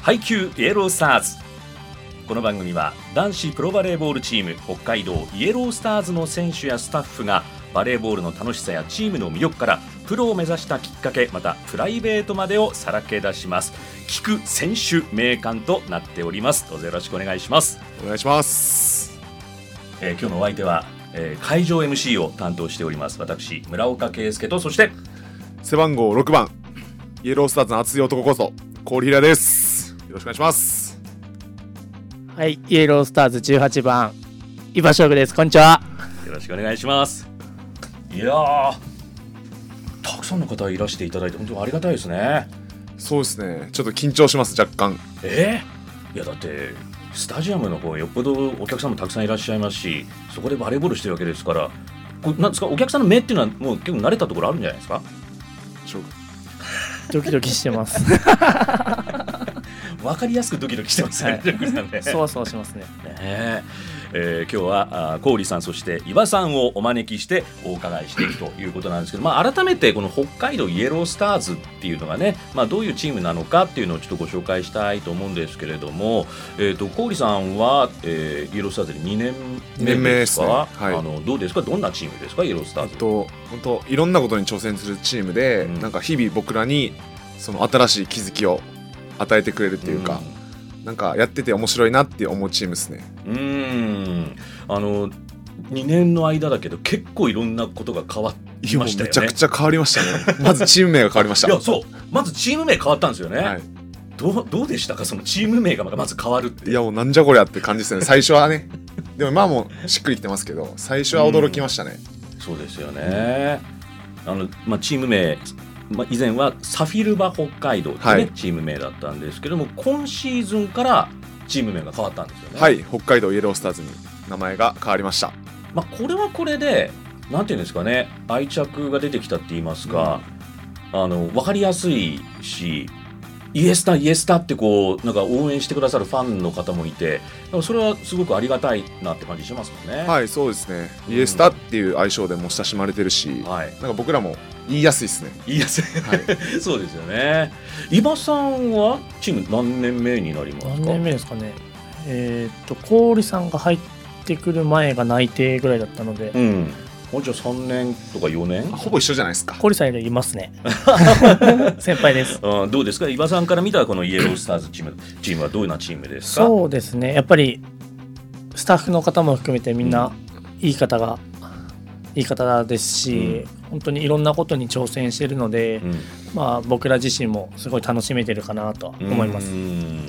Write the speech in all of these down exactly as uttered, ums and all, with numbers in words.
配球イエロースターズ。この番組は男子プロバレーボールチーム北海道イエロースターズの選手やスタッフがバレーボールの楽しさやチームの魅力からプロを目指したきっかけ、またプライベートまでをさらけ出します。聞く選手名鑑となっております。どうぞよろしくお願いします。 お願いします、 えー、今日のお相手は、えー、会場 エムシー を担当しております私村岡圭介と、そして背番号ろくばんイエロースターズの熱い男こそ郡平です。よろしくお願いします。 はい、イエロースターズじゅうはちばん伊庭翔吾です。こんにちは。 よろしくお願いします。いやー、たくさんの方いらしていただいて本当にありがたいですね。 そうですね、ちょっと緊張します。若干えー、いやだってスタジアムの方よっぽどお客さんもたくさんいらっしゃいますし、そこでバレーボールしてるわけですから、これなんですか、お客さんの目っていうのはもう結構慣れたところあるんじゃないですか。 ドキドキしてますわかりやすくドキドキしてますね、はい、 そわそわしますね。 ねえー、今日は郡さんそして伊庭さんをお招きしてお伺いしていくということなんですけど、まあ、改めてこの北海道イエロースターズっていうのがね、まあ、どういうチームなのかっていうのをちょっとご紹介したいと思うんですけれども、えー、と郡さんは、えー、イエロースターズでにねんめですか。 にねんめですね、はい、 あのどうですか、どんなチームですかイエロースターズ。 えっと、本当いろんなことに挑戦するチームで、うん、なんか日々僕らにその新しい気づきを与えてくれるっていうか、うん、なんかやってて面白いなって思うチームですね。 うーん、あのにねんの間だけど結構いろんなことが変わりましたよね。 めちゃくちゃ変わりましたねまずチーム名が変わりました。 いやそうまずチーム名変わったんですよね、はい、どう、どうでしたか、そのチーム名がまず変わるって。 いやもうなんじゃこりゃって感じですね最初はねでもまあもうしっくりきてますけど、最初は驚きましたね、 うん、そうですよね、うん、あのまあ、チーム名、まあ、以前はサフィルバ北海道って、ね、はい、チーム名だったんですけども、今シーズンからチーム名が変わったんですよね。 はい、北海道イエロースターズに名前が変わりました。 まあ、これはこれでなんていうんですかね、愛着が出てきたって言いますか、うん、あの分かりやすいし、イエスタイエスタってこうなんか応援してくださるファンの方もいて、それはすごくありがたいなって感じしますもんね。 はい、そうですね、うん、イエスタっていう愛称でも親しまれてるし、はい、なんか僕らも言いやすいですね。 言いやすい、はい、そうですよね。伊庭さんはチーム何年目になりますか。 何年目ですかね。えー、っと郡さんが入ってくる前が内定ぐらいだったので、うん、 じゃあさんねんとかよねん、 ほぼ一緒じゃないですか。 郡さんよりいますね先輩です。 あ、どうですか、伊庭さんから見たこのイエロースターズチーム、チームはどういうようなチームですか。 そうですね、やっぱりスタッフの方も含めてみんないい方が、うん、いい方ですし、うん、本当にいろんなことに挑戦しているので、うん、まあ、僕ら自身もすごい楽しめてるかなと思います。 うん、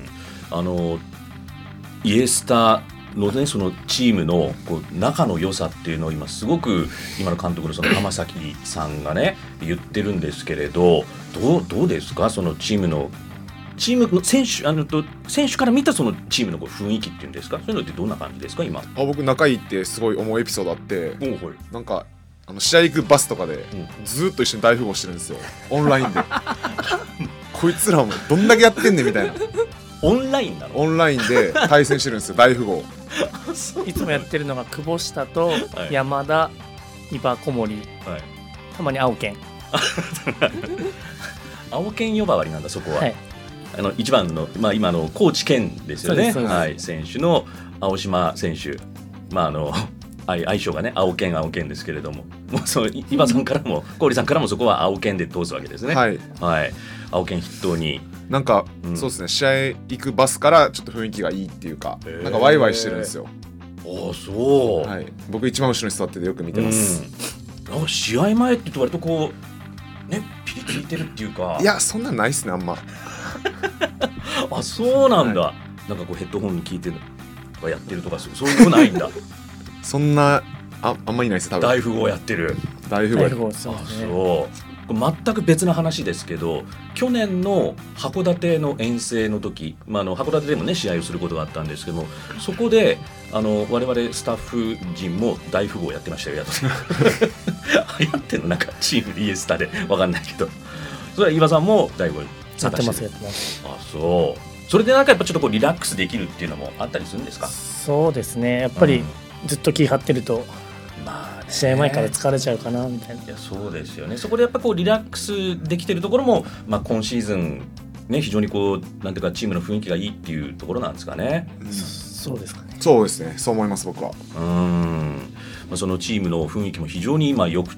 あのイエスタのね、そのチームのこう仲の良さっていうのを今すごく今の監督のその浜崎さんがね言ってるんですけれど、どう、どうですか、そのチームのチームの選手、あのと選手から見たそのチームのこう雰囲気っていうんですか、そういうのってどんな感じですか今。あ、 僕仲いいってすごい思うエピソードあって、なんかあの試合行くバスとかでずっと一緒に大富豪してるんですよ、オンラインでこいつらもどんだけやってんねんみたいな。 オンラインなの？ オンラインで対戦してるんですよ大富豪いつもやってるのが久保下と山田、伊庭、小森、はい、たまに青健青健呼ばわりなんだそこは、はい、あのいちばんの、まあ、今の高知県ですよね、はい、選手の青島選手、まああの愛称がね青健青健ですけれども、もうその伊庭さんからも郡さんからもそこは青健で通すわけですね。はい、はい、青健筆頭になんか、うん、そうですね、試合行くバスからちょっと雰囲気がいいっていうか、なんかワイワイしてるんですよ。 ああ、そう、 はい、僕一番後ろに座っててよく見てます、 うん、なんか試合前って言うと割とこうねピリついてるっていうか。 いやそんなんないっすねあんまあ、そうなんだ、はい、なんかこうヘッドホンに聞いてるとかやってるとかそういうのないんだそんな あ, あんまりないです多分。 大富豪やってる。 大富豪やってる。 あ、そう全く別の話ですけど、去年の函館の遠征の時、まあ、あの函館でもね試合をすることがあったんですけども、そこであの我々スタッフ陣も大富豪やってましたよ。や流行ってんのなんかチームでイエスタで分かんないけど、それは伊庭さんも大富豪やってますやってます。 あ、そう。それでなんかやっぱちょっとこうリラックスできるっていうのもあったりするんですか。 そうですね、やっぱりずっと気張ってると、まあね、試合前から疲れちゃうかなみたいな。 いやそうですよね。そこでやっぱこうリラックスできてるところも、まあ、今シーズンね、非常にこうなんていうかチームの雰囲気がいいっていうところなんですかね。 うん、そうですかね。 そうですね、そう思います僕は。 うーん、まあ、そのチームの雰囲気も非常に今良くって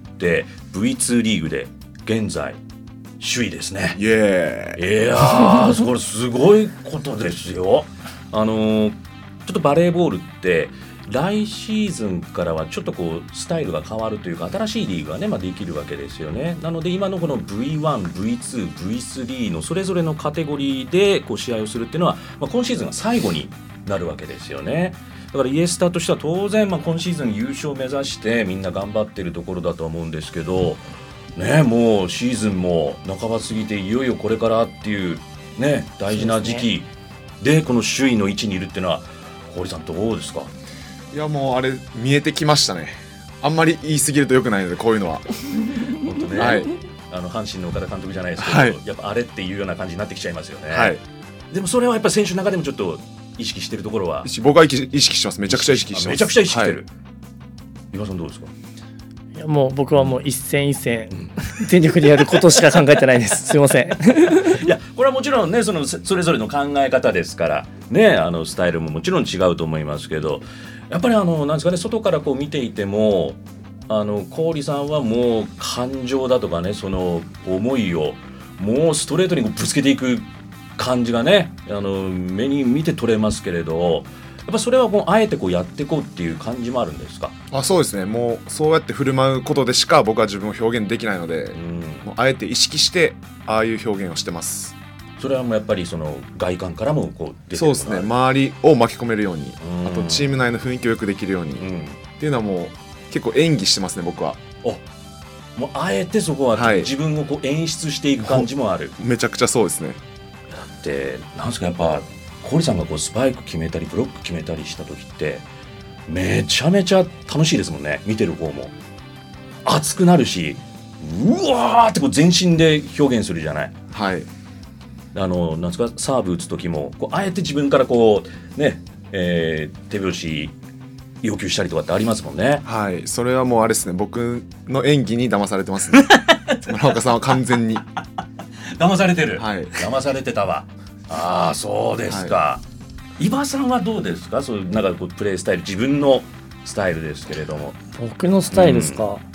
ブイツー リーグで現在首位ですね。 イエーイ。 いやーこれすごいことですよ。あのー、ちょっとバレーボールって来シーズンからはちょっとこうスタイルが変わるというか新しいリーグがね、まあ、できるわけですよね。なので今のこの ブイワン、ブイツー、ブイスリー のそれぞれのカテゴリーでこう試合をするっていうのは、まあ、今シーズンが最後になるわけですよね。だからイエスタとしては当然、まあ、今シーズン優勝を目指してみんな頑張っているところだと思うんですけどね、もうシーズンも半ば過ぎていよいよこれからっていうね大事な時期でこの首位の位置にいるっていうのは堀さんどうですか？ いやもうあれ見えてきましたね。あんまり言い過ぎると良くないのでこういうのは本当ね、はい、あの阪神の岡田監督じゃないですけど、はい、やっぱあれっていうような感じになってきちゃいますよね、はい、でもそれはやっぱ選手の中でもちょっと意識してるところは僕は意識してます。めちゃくちゃ意識してます。 めちゃくちゃ意識してる、はい、岩さんどうですか？ いやもう僕はもう一戦一戦、うん、全力でやることしか考えてないですすいませんいやこれはもちろんね そのそれぞれの考え方ですからね、あのスタイルももちろん違うと思いますけどやっぱりあのなんですかね、外からこう見ていてもあの郡さんはもう感情だとかね、その思いをもうストレートにぶつけていく感じがね、あの目に見て取れますけれどやっぱそれはもうあえてこうやっていこうっていう感じもあるんですか？ あ、そうですね。もうそうやって振る舞うことでしか僕は自分を表現できないので、うん、もうあえて意識してああいう表現をしてます。 それはもうやっぱりその外観からもこう出てる。 そうですね、周りを巻き込めるように、うん、あとチーム内の雰囲気をよくできるように、うん、っていうのはもう結構演技してますね僕は。 お、もうあえてそこは自分をこう演出していく感じもある、 はい、めちゃくちゃそうですね。 だってなんですか、やっぱ郡さんがこうスパイク決めたりブロック決めたりした時ってめちゃめちゃ楽しいですもんね。見てる方も熱くなるし、うわーってこう全身で表現するじゃない。 はい。 あのなんですか、サーブ打つ時もこうあえて自分からこうね、えー、手拍子要求したりとかってありますもんね。 はい、それはもうあれですね、僕の演技に騙されてますね村岡さんは完全に騙されてる、 はい、 騙されてたわ。ああそうですか、はい、伊庭さんはどうですか？そういうなんかこうプレースタイル、自分のスタイルですけれども。 僕のスタイルですか、うん、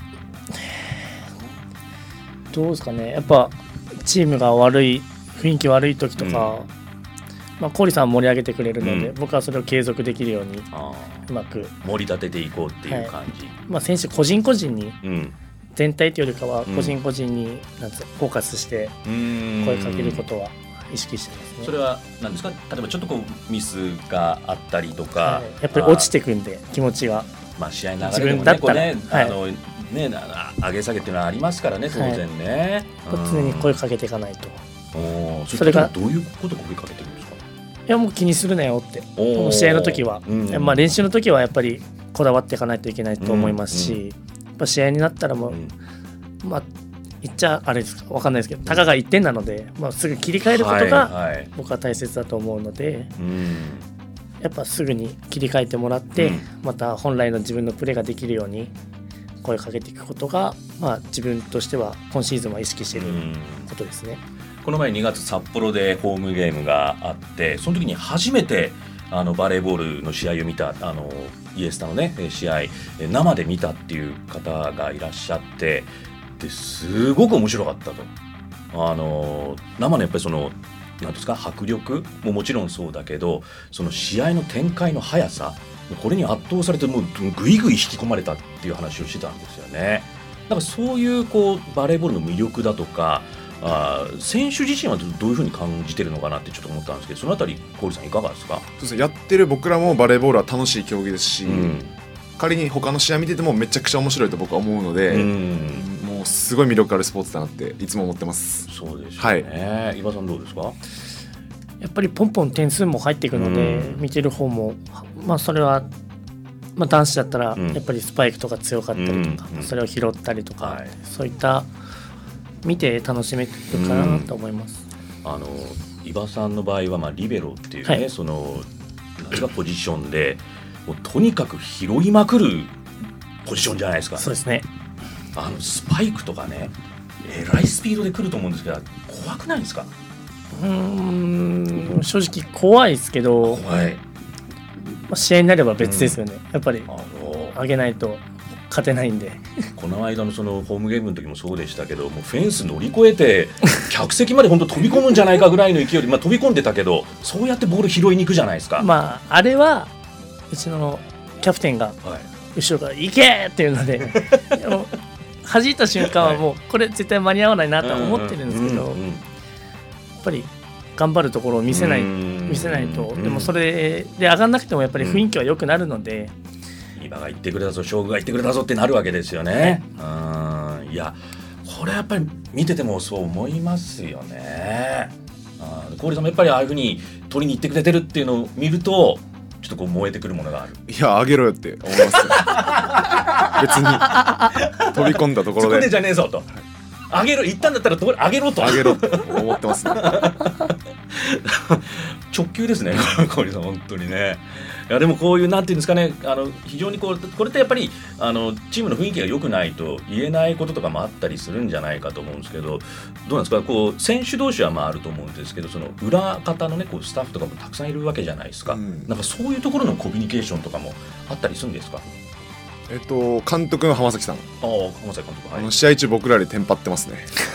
どうですかね。やっぱチームが悪い雰囲気悪い時とか、うん、まあ、郡さんは盛り上げてくれるので、うん、僕はそれを継続できるようにうまく盛り立てていこうっていう感じ、はい、 まあ、選手個人個人に、うん、全体というよりかは個人個人になんつうフォーカスして声かけることは意識してますね。 それは何ですか？例えばちょっとこうミスがあったりとか、はい、 やっぱり落ちてくんで気持ちが、 まあ、試合流れでもね、こうね、はい、あのね上げ下げっていうのはありますからね、当然ね、 はい、常に声かけていかないと。 おそれがどういうこと声かけてるんですか？ いやもう気にするなよって、この試合の時は、うん、まあ、練習の時はやっぱりこだわっていかないといけないと思いますし、うんうん、やっぱ試合になったらもう、うん、まあ言っちゃあれですか分かんないですけど、たかがいってんなので、まあ、すぐ切り替えることが僕は大切だと思うので、はいはい、やっぱすぐに切り替えてもらって、うん、また本来の自分のプレーができるように声かけていくことが、まあ、自分としては今シーズンは意識していることですね。 うん、この前にがつ札幌でホームゲームがあって、その時に初めてあのバレーボールの試合を見た、あのイエスタのね試合生で見たっていう方がいらっしゃって、ですごく面白かったと。あの生のやっぱりそのなんですか、迫力ももちろんそうだけど、その試合の展開の速さ、これに圧倒されてもうぐいぐい引き込まれたっていう話をしてたんですよね。だからそういうこうバレーボールの魅力だとか、あ選手自身はどういうふうに感じてるのかなってちょっと思ったんですけど、そのあたり郡さんいかがですか？ そうですね、やってる僕らもバレーボールは楽しい競技ですし、うん、仮に他の試合見ててもめちゃくちゃ面白いと僕は思うので、うん、もうすごい魅力あるスポーツだなっていつも思ってます。 そうですよね、はい、伊庭さんどうですか？ やっぱりポンポン点数も入っていくので、うん、見てる方も、まあ、それは、まあ、男子だったらやっぱりスパイクとか強かったりとか、うん、それを拾ったりとか、はい、そういった見て楽しめるかなと思います。 うん、あの伊庭さんの場合は、まあ、リベロっていうね、はい、その何かポジションでもうとにかく拾いまくるポジションじゃないですか。 そうですね。 あのスパイクとかね、えらいスピードで来ると思うんですけど、怖くないですか？ うーん正直怖いですけど、 怖い、 まあ、試合になれば別ですよね、うん、やっぱりあの上げないと勝てないんで。 この間のそのホームゲームの時もそうでしたけど、もうフェンス乗り越えて客席まで本当飛び込むんじゃないかぐらいの勢いで、まあ、飛び込んでたけど、そうやってボール拾いに行くじゃないですか。 まああれはうちのキャプテンが後ろから行けっていうので、はい、弾いた瞬間はもうこれ絶対間に合わないなとは思ってるんですけど、やっぱり頑張るところを見せない見せないと。でもそれで上がんなくてもやっぱり雰囲気は良くなるので、 今が言ってくれたぞ、将軍が言ってくれたぞってなるわけですよね。うん、いやこれやっぱり見ててもそう思いますよね。郡さんもやっぱりああいうふうに取りに行ってくれてるっていうのを見るとちょっとこう燃えてくるものがある。 いやあげろよって思いますよ別に飛び込んだところでそこでじゃねえぞと、はい、あげろ、言ったんだったらあげろとあげろと思ってますね直球ですね郡さん本当にね。いやでもこういうなんていうんですかね、あの非常にこうこれってやっぱりあのチームの雰囲気が良くないと言えないこととかもあったりするんじゃないかと思うんですけど、どうなんですか、こう選手同士はまああると思うんですけど、その裏方のねこうスタッフとかもたくさんいるわけじゃないですか、うん、なんかそういうところのコミュニケーションとかもあったりするんですか。 えっと監督の浜崎さん、ああ浜崎監督、はい、 あの試合中僕らよりテンパってますね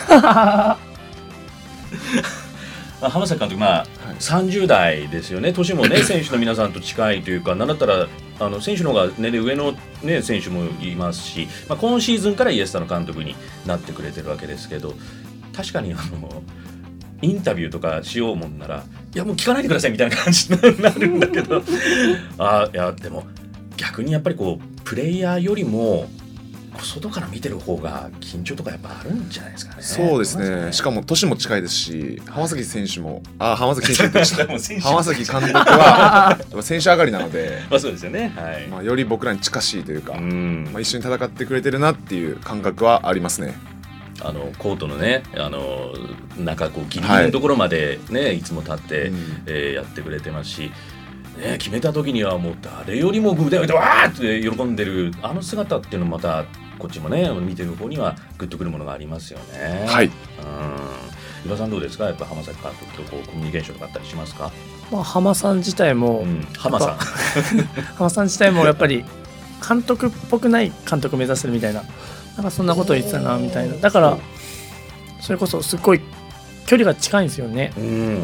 浜崎監督、まあはい、さんじゅう代ですよね。年もね選手の皆さんと近いというか、なんだったらあの選手の方が年齢上の、ね、選手もいますし、まあ、今シーズンからイエスタの監督になってくれてるわけですけど、確かにあのインタビューとかしようもんなら、いやもう聞かないでくださいみたいな感じになるんだけどあいやでも逆にやっぱりこうプレイヤーよりも外から見てる方が緊張とかやっぱあるんじゃないですかね。 そうですね。しかも年も近いですし、浜崎選手もあ浜崎選手でした浜崎監督は選手上がりなのでまあそうですよね、はい、 まあ、より僕らに近しいというか、うんまあ、一緒に戦ってくれてるなっていう感覚はありますね。 あのコートのねあの中こうギリギリのところまでね、はい、いつも立って、うんえー、やってくれてますし、ね、決めた時にはもう誰よりもグーでわーって喜んでるあの姿っていうのもまたこっちもね見てる方にはグッとくるものがありますよね。 はい。うん。 伊庭さんどうですか。やっぱ浜崎監督とこうコミュニケーションがあったりしますか。 まあ浜さん自体も、うん、 浜さん浜さん自体もやっぱり監督っぽくない監督目指してるみたいな、なんかそんなことを言ってたなみたいな。だからそれこそすっごい距離が近いんですよね。うん、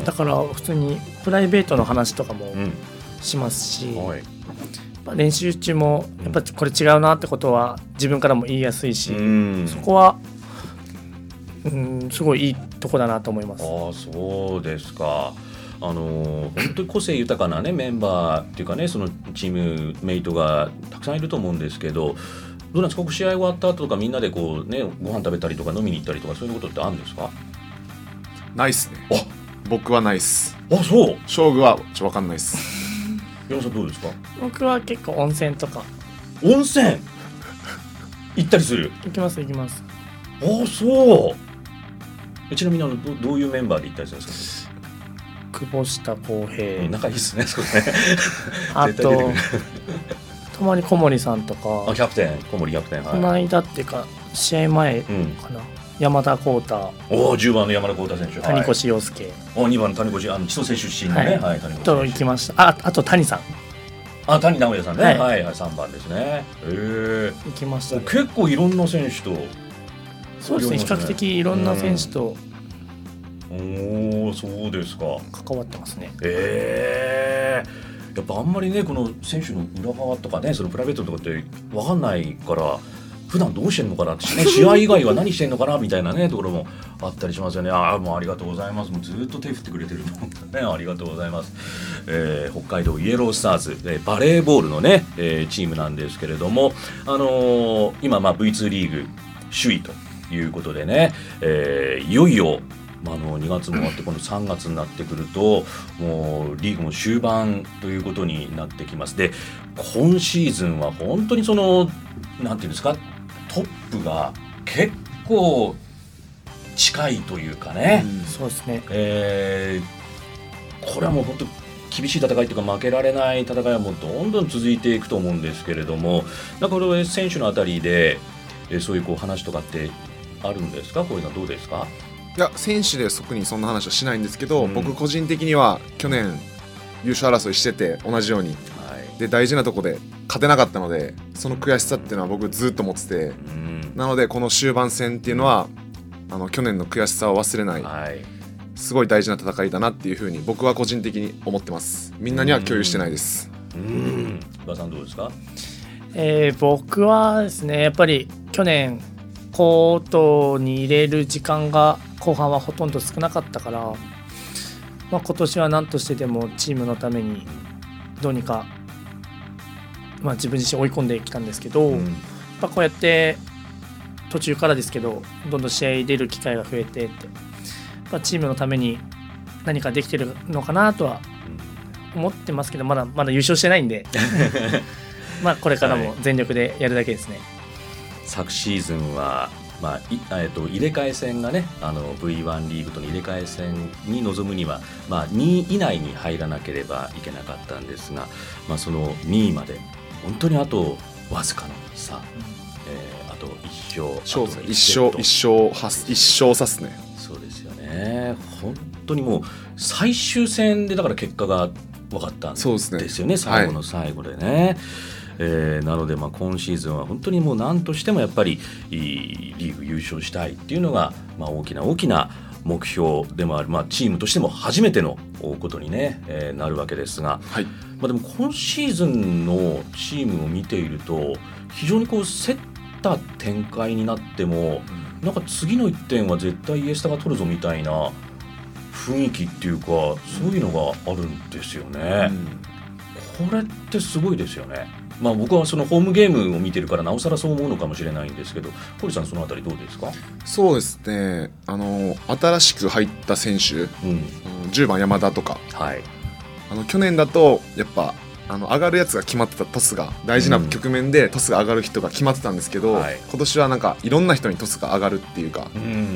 だから普通にプライベートの話とかもしますし。うんはい練習中もやっぱりこれ違うなってことは自分からも言いやすいし、うん、そこはうんすごいいいとこだなと思います。 ああそうですか。あのー、本当に個性豊かな、ね、メンバーっていうかねそのチームメイトがたくさんいると思うんですけど、どうなんですか試合終わった後とかみんなでこう、ね、ご飯食べたりとか飲みに行ったりとかそういうことってあるんですか。 ないっすね。あ僕はないっす。 あそう勝負はちょっと分かんないっす。 山さんどうですか。 僕は結構温泉とか温泉行ったりする。 行きます行きます。 ああそう。ちなみにあの ど, どういうメンバーで行ったりするんですか。 久保下浩平、 うん、仲いいっすねそれねあと泊り小森さんとかあキャプテン小森キャプテン、はい、 この間っていうか試合前かな、うん、山田浩太おじゅうばんの山田浩太選手谷越陽介、 はい、にばんの谷越あの千歳出身のね、はいはい、谷越と行きました。ああと谷さんあ谷直哉さんね、はいはいはい、さんばんですね。へえ行きました、ね、 結構いろんな選手とそうですね比較的いろんな選手と、 うん、おそうですか関わってますね。 えー、やっぱあんまりねこの選手の裏側とかねそのプライベートとかって分かんないから普段どうしてんのかなって、ね、試合以外は何してんのかなみたいなねところもあったりしますよね。ああもうありがとうございます。もうずっと手振ってくれてると思うんだね。ありがとうございます。えー、北海道イエロースターズ、えー、バレーボールのね、えー、チームなんですけれども、あのー、今まあ ブイツー リーグ首位ということでね、えー、いよいよまあ、あのにがつも終わって今度さんがつになってくるともうリーグも終盤ということになってきます。で今シーズンは本当にそのなんていうんですかトップが結構近いというかね、 うん、そうですね、 えー、これはもう本当厳しい戦いというか負けられない戦いはもうどんどん続いていくと思うんですけれども、なんかこれ選手のあたりでそういうこう話とかってあるんですか。こういうのはどうですか。 いや選手で特にそんな話はしないんですけど、 うん、 僕個人的には去年優勝争いしてて同じように、はい、で大事なとこで勝てなかったのでその悔しさっていうのは僕ずっと持ってて、うん、なのでこの終盤戦っていうのはあの去年の悔しさを忘れない、はい、すごい大事な戦いだなっていうふうに僕は個人的に思ってます。みんなには共有してないです。 うん、馬さんどうですか？ えー、僕はですねやっぱり去年コートに入れる時間が後半はほとんど少なかったから、まあ、今年は何としてでもチームのためにどうにか、まあ、自分自身追い込んできたんですけど、うん、やっぱこうやって途中からですけどどんどん試合に出る機会が増えてって、まあ、チームのために何かできてるのかなとは思ってますけどまだまだ優勝してないんでまあこれからも全力でやるだけですね。はい、 昨シーズンは、まあいえー、と入れ替え戦がねあの ブイワン リーグとの入れ替え戦に臨むには、まあ、にい以内に入らなければいけなかったんですが、まあ、そのにいまで本当にあとわずかの差、うんえー、あといち勝一勝一勝一勝差っすね。 そうですよね。本当にもう最終戦でだから結果が分かったんですよ ね, そうですね最後の最後でね、はいえー、なのでまあ今シーズンは本当にもう何としてもやっぱりリーグ優勝したいっていうのがまあ大きな大きな目標でもある、まあ、チームとしても初めてのことに、ねえー、なるわけですが、はいまあ、でも今シーズンのチームを見ていると非常にこう競った展開になっても、うん、なんか次のいってんは絶対イエスタが取るぞみたいな雰囲気っていうかそういうのがあるんですよね、うん、これってすごいですよね。まあ、僕はそのホームゲームを見てるからなおさらそう思うのかもしれないんですけど堀さんそのあたりどうですか？ そうですねあの新しく入った選手、うん、じゅうばん山田とか、はい、あの去年だとやっぱあの上がるやつが決まってたトスが大事な局面でトスが上がる人が決まってたんですけど、うんはい、今年はなんかいろんな人にトスが上がるっていうか、うん、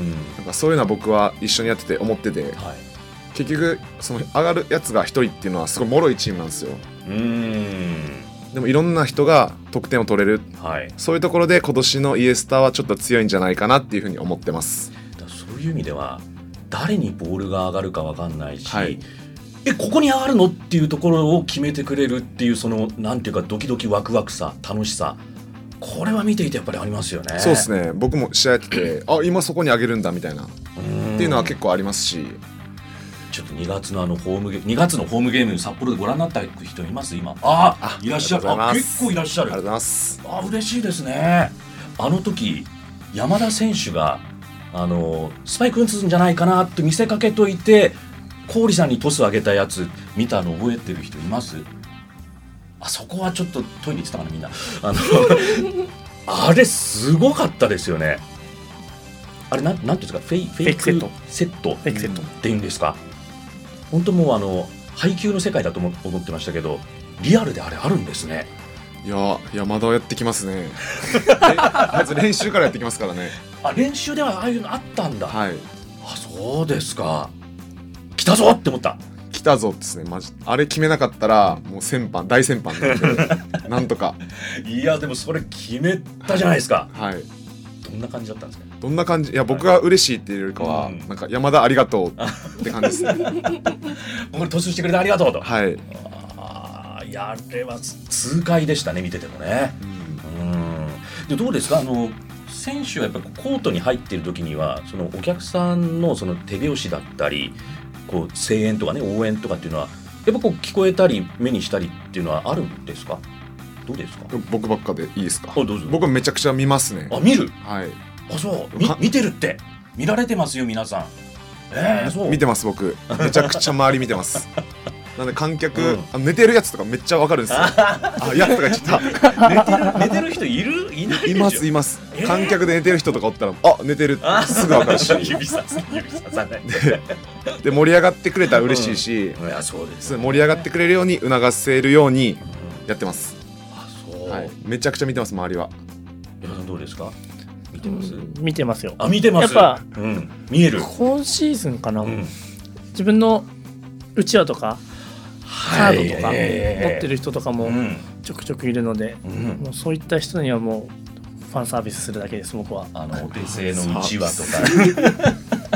なんかそういうのは僕は一緒にやってて思ってて、はい、結局その上がるやつがひとりっていうのはすごい脆いチームなんですよ。うんでもいろんな人が得点を取れる、はい、そういうところで今年のイエスタはちょっと強いんじゃないかなっていうふうに思ってます。 だそういう意味では誰にボールが上がるか分かんないし、はい、えここに上がるのっていうところを決めてくれるっていうそのなんていうかドキドキワクワクさ楽しさこれは見ていてやっぱりありますよね。 そうですね僕も試合やっててあ今そこに上げるんだみたいなっていうのは結構ありますしちょっとにがつのあのホームゲにがつのホームゲーム札幌でご覧になった人います今？ああいらっしゃる。あ結構いらっしゃる。 ありがとうございます。 あ嬉しいですね。あの時山田選手があのスパイク打つんじゃないかなって見せかけといて郡さんにトス上げたやつ見たの覚えてる人います？あそこはちょっとトイレ行ってたかなみんなあのあれすごかったですよね。あれなんなんていうんですかフェイ、フェイクセットセットフェイクセットっていうんですか。本当もうあの配球の世界だと思ってましたけどリアルであれあるんですね。 いや山田はやってきますねあいつ練習からやってきますからね。 あ練習ではああいうのあったんだ。 はいあそうですか。来たぞって思った。 来たぞですねマジあれ決めなかったらもう先般大先般なんでなんとかいやでもそれ決めたじゃないですか。 はいどんな感じだったんですか？ どんな感じいや僕が嬉しいっていうよりかは、うん、なんか山田ありがとうって感じですねこれ突出してくれてありがとうと。 はいあいやあれは痛快でしたね見ててもね、うん、うんでどうですかあの選手はやっぱコートに入っている時にはそのお客さんのその手拍子だったりこう声援とかね応援とかっていうのはやっぱこう聞こえたり目にしたりっていうのはあるんですか？どうですか？ 僕ばっかでいいですか？ どうぞ。 僕めちゃくちゃ見ますね。 あ見る？ はい。 あそうみ見てるって見られてますよ皆さん。えー、そう見てます僕めちゃくちゃ周り見てますなんで観客、うん、あ寝てるやつとかめっちゃわかるんですよあやつとか言っちゃった寝てる寝てる人いるいないでしょ？ いますいます、えー、観客で寝てる人とかおったらあ寝てるってすぐわかるし指さす指ささないで, で盛り上がってくれたら嬉しいし、 うん、いやそうです、 ね、盛り上がってくれるように促せるようにやってます、 うん、あそう、 はい、めちゃくちゃ見てます周りは。 山田さんどうですか？見てます？うん、 見てますよ。 あ見てます。 やっぱ、 うん、見える。 今シーズンかな、うん、自分のうちわとかカードとか持ってる人とかもちょくちょくいるので、うん、もうそういった人にはもうファンサービスするだけです僕は。 あのお手製のうちわとか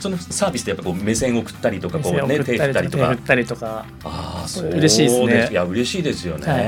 そのサービスでやっぱこう目線を送ったりとかこう、ね、手振ったりとか手振ったりとかあそう嬉しいですね。 いや嬉しいですよね、はい、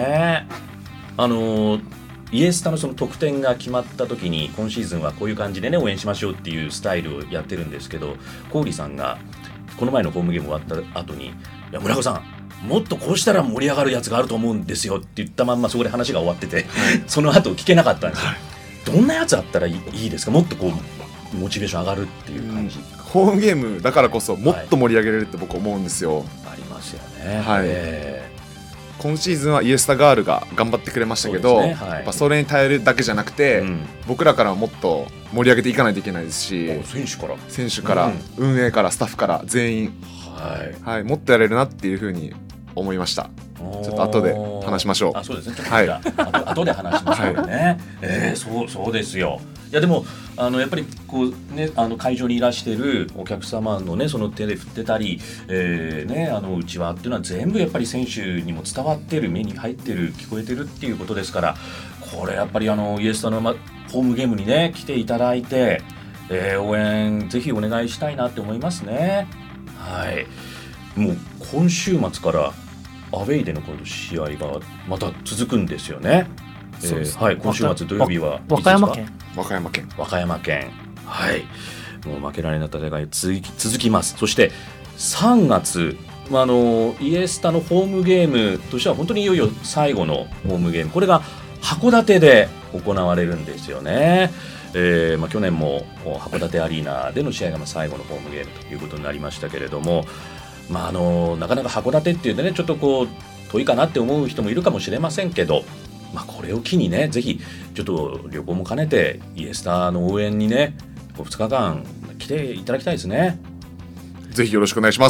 あのイエスタのその得点が決まった時に今シーズンはこういう感じでね応援しましょうっていうスタイルをやってるんですけど、郡さんがこの前のホームゲーム終わった後にいや村岡さんもっとこうしたら盛り上がるやつがあると思うんですよって言ったまんまそこで話が終わっててその後聞けなかったんですよ。どんなやつあったらいいですか？もっとこうモチベーション上がるっていう感じ、うん、 ホームゲームだからこそもっと盛り上げれるって僕思うんですよ、 はい、ありますよね、 はい、えー、今シーズンはイエスタガールが頑張ってくれましたけど、ね、はい、やっぱそれに耐えるだけじじゃなくて、うん、僕らからはもっと盛り上げていかないといけないですし、 選手から選手から、うん、運営からスタッフから全員、はいはい、もっとやれるなっていうふうに思いました。ちょっと後で話しましょう。 あ、そうですね。ちょっと、はい、あ後で話しましょうね。はい、えー、そうそうですよ。いやでもあのやっぱりこうねあの会場にいらしてるお客様のねその手で振ってたり、えー、ねあのうちわっていうのは全部やっぱり選手にも伝わってる目に入ってる聞こえてるっていうことですから、これやっぱりあのイエスタの、ま、ホームゲームにね来ていただいて、えー、応援ぜひお願いしたいなって思いますね。はい。もう今週末からアウェイでのこの試合がまた続くんですよね。そうですね、えーはい、今週末土曜日は和歌山県和歌山県和歌山県はいもう負けられない戦い続き、続きます。そしてさんがつあのイエスタのホームゲームとしては本当にいよいよ最後のホームゲーム、これが函館で行われるんですよね。えーまあ、去年も函館アリーナでの試合がまあ最後のホームゲームということになりましたけれども、まあ、あのなかなか函館っていうとねちょっとこう遠いかなって思う人もいるかもしれませんけど、まあ、これを機にねぜひちょっと旅行も兼ねてイエスタの応援にねふつかかん来ていただきたいですね。 ぜひよろしくお願いします。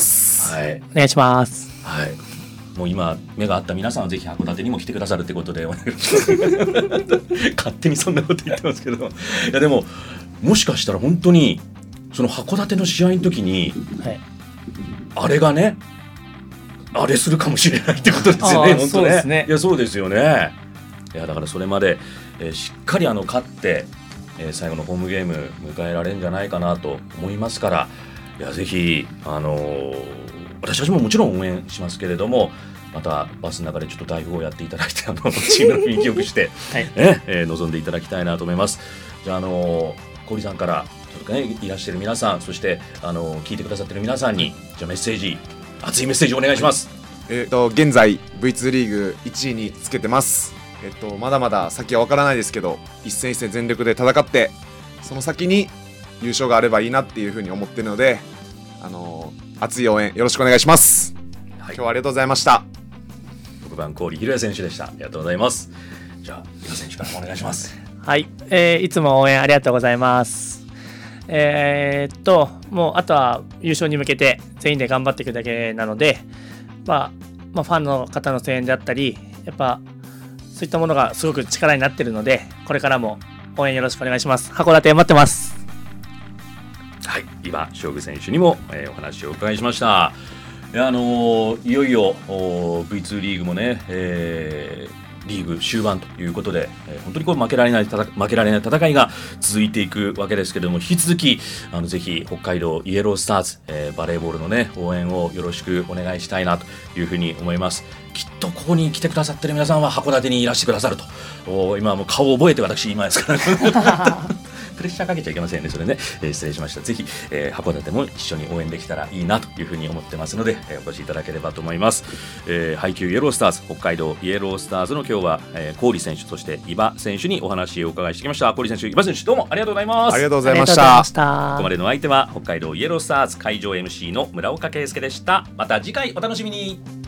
はい、お願いします。 はい、もう今目が合った皆さんはぜひ函館にも来てくださるということでお願いします勝手にそんなこと言ってますけど、いやでももしかしたら本当にその函館の試合の時に、はい、あれがねあれするかもしれないってことですよね。本当ね。そうですね。いやそうですよね。いやだからそれまで、えー、しっかりあの勝って、えー、最後のホームゲーム迎えられるんじゃないかなと思いますから、いやぜひあのー、私たちももちろん応援しますけれども、またバスの中でちょっと台風をやっていただいてあのチームの雰囲気よくして、はいねえー、臨んでいただきたいなと思います。じゃあ、あのー、氷さんからちょっと、ね、いらしている皆さん、そして、あのー、聞いてくださっている皆さんにじゃあメッセージ熱いメッセージお願いします。 えー、と現在 ブイツー リーグいちいにつけてます。えー、とまだまだ先は分からないですけど一戦一戦全力で戦ってその先に優勝があればいいなっていうふうに思っているので、あのー、熱い応援よろしくお願いします。はい、今日はありがとうございました。 ろくばん郡宏也選手でした。ありがとうございます。じゃあ比嘉選手からお願いします。 はい、えー、いつも応援ありがとうございます。えー、っともうあとは優勝に向けて全員で頑張っていくだけなので、まあ、まあファンの方の声援であったりやっぱそういったものがすごく力になっているので、これからも応援よろしくお願いします。函館待ってます。 はい、今勝負選手にも、えー、お話をお伺いしました。いや、あのー、いよいよ ブイツー リーグもね、えーリーグ終盤ということで、えー、本当にこう負けられない負けられない戦いが続いていくわけですけれども、引き続きあのぜひ北海道イエロースターズ、えー、バレーボールのね応援をよろしくお願いしたいなというふうに思います。きっとここに来てくださってる皆さんは函館にいらしてくださると、今はもう顔を覚えて私言いますからプレッシャーかけちゃいけませんね、それね、えー、失礼しました。ぜひ、えー、函館も一緒に応援できたらいいなというふうに思ってますので、えー、お越しいただければと思います。えー、配球イエロースターズ北海道イエロースターズの今日は、えー、郡選手そして伊庭選手にお話をお伺いしてきました。郡選手、伊庭選手、どうもありがとうございます。 ありがとうございました。 ここまでの相手は北海道イエロースターズ会場 エムシー の村岡圭介でした。また次回お楽しみに。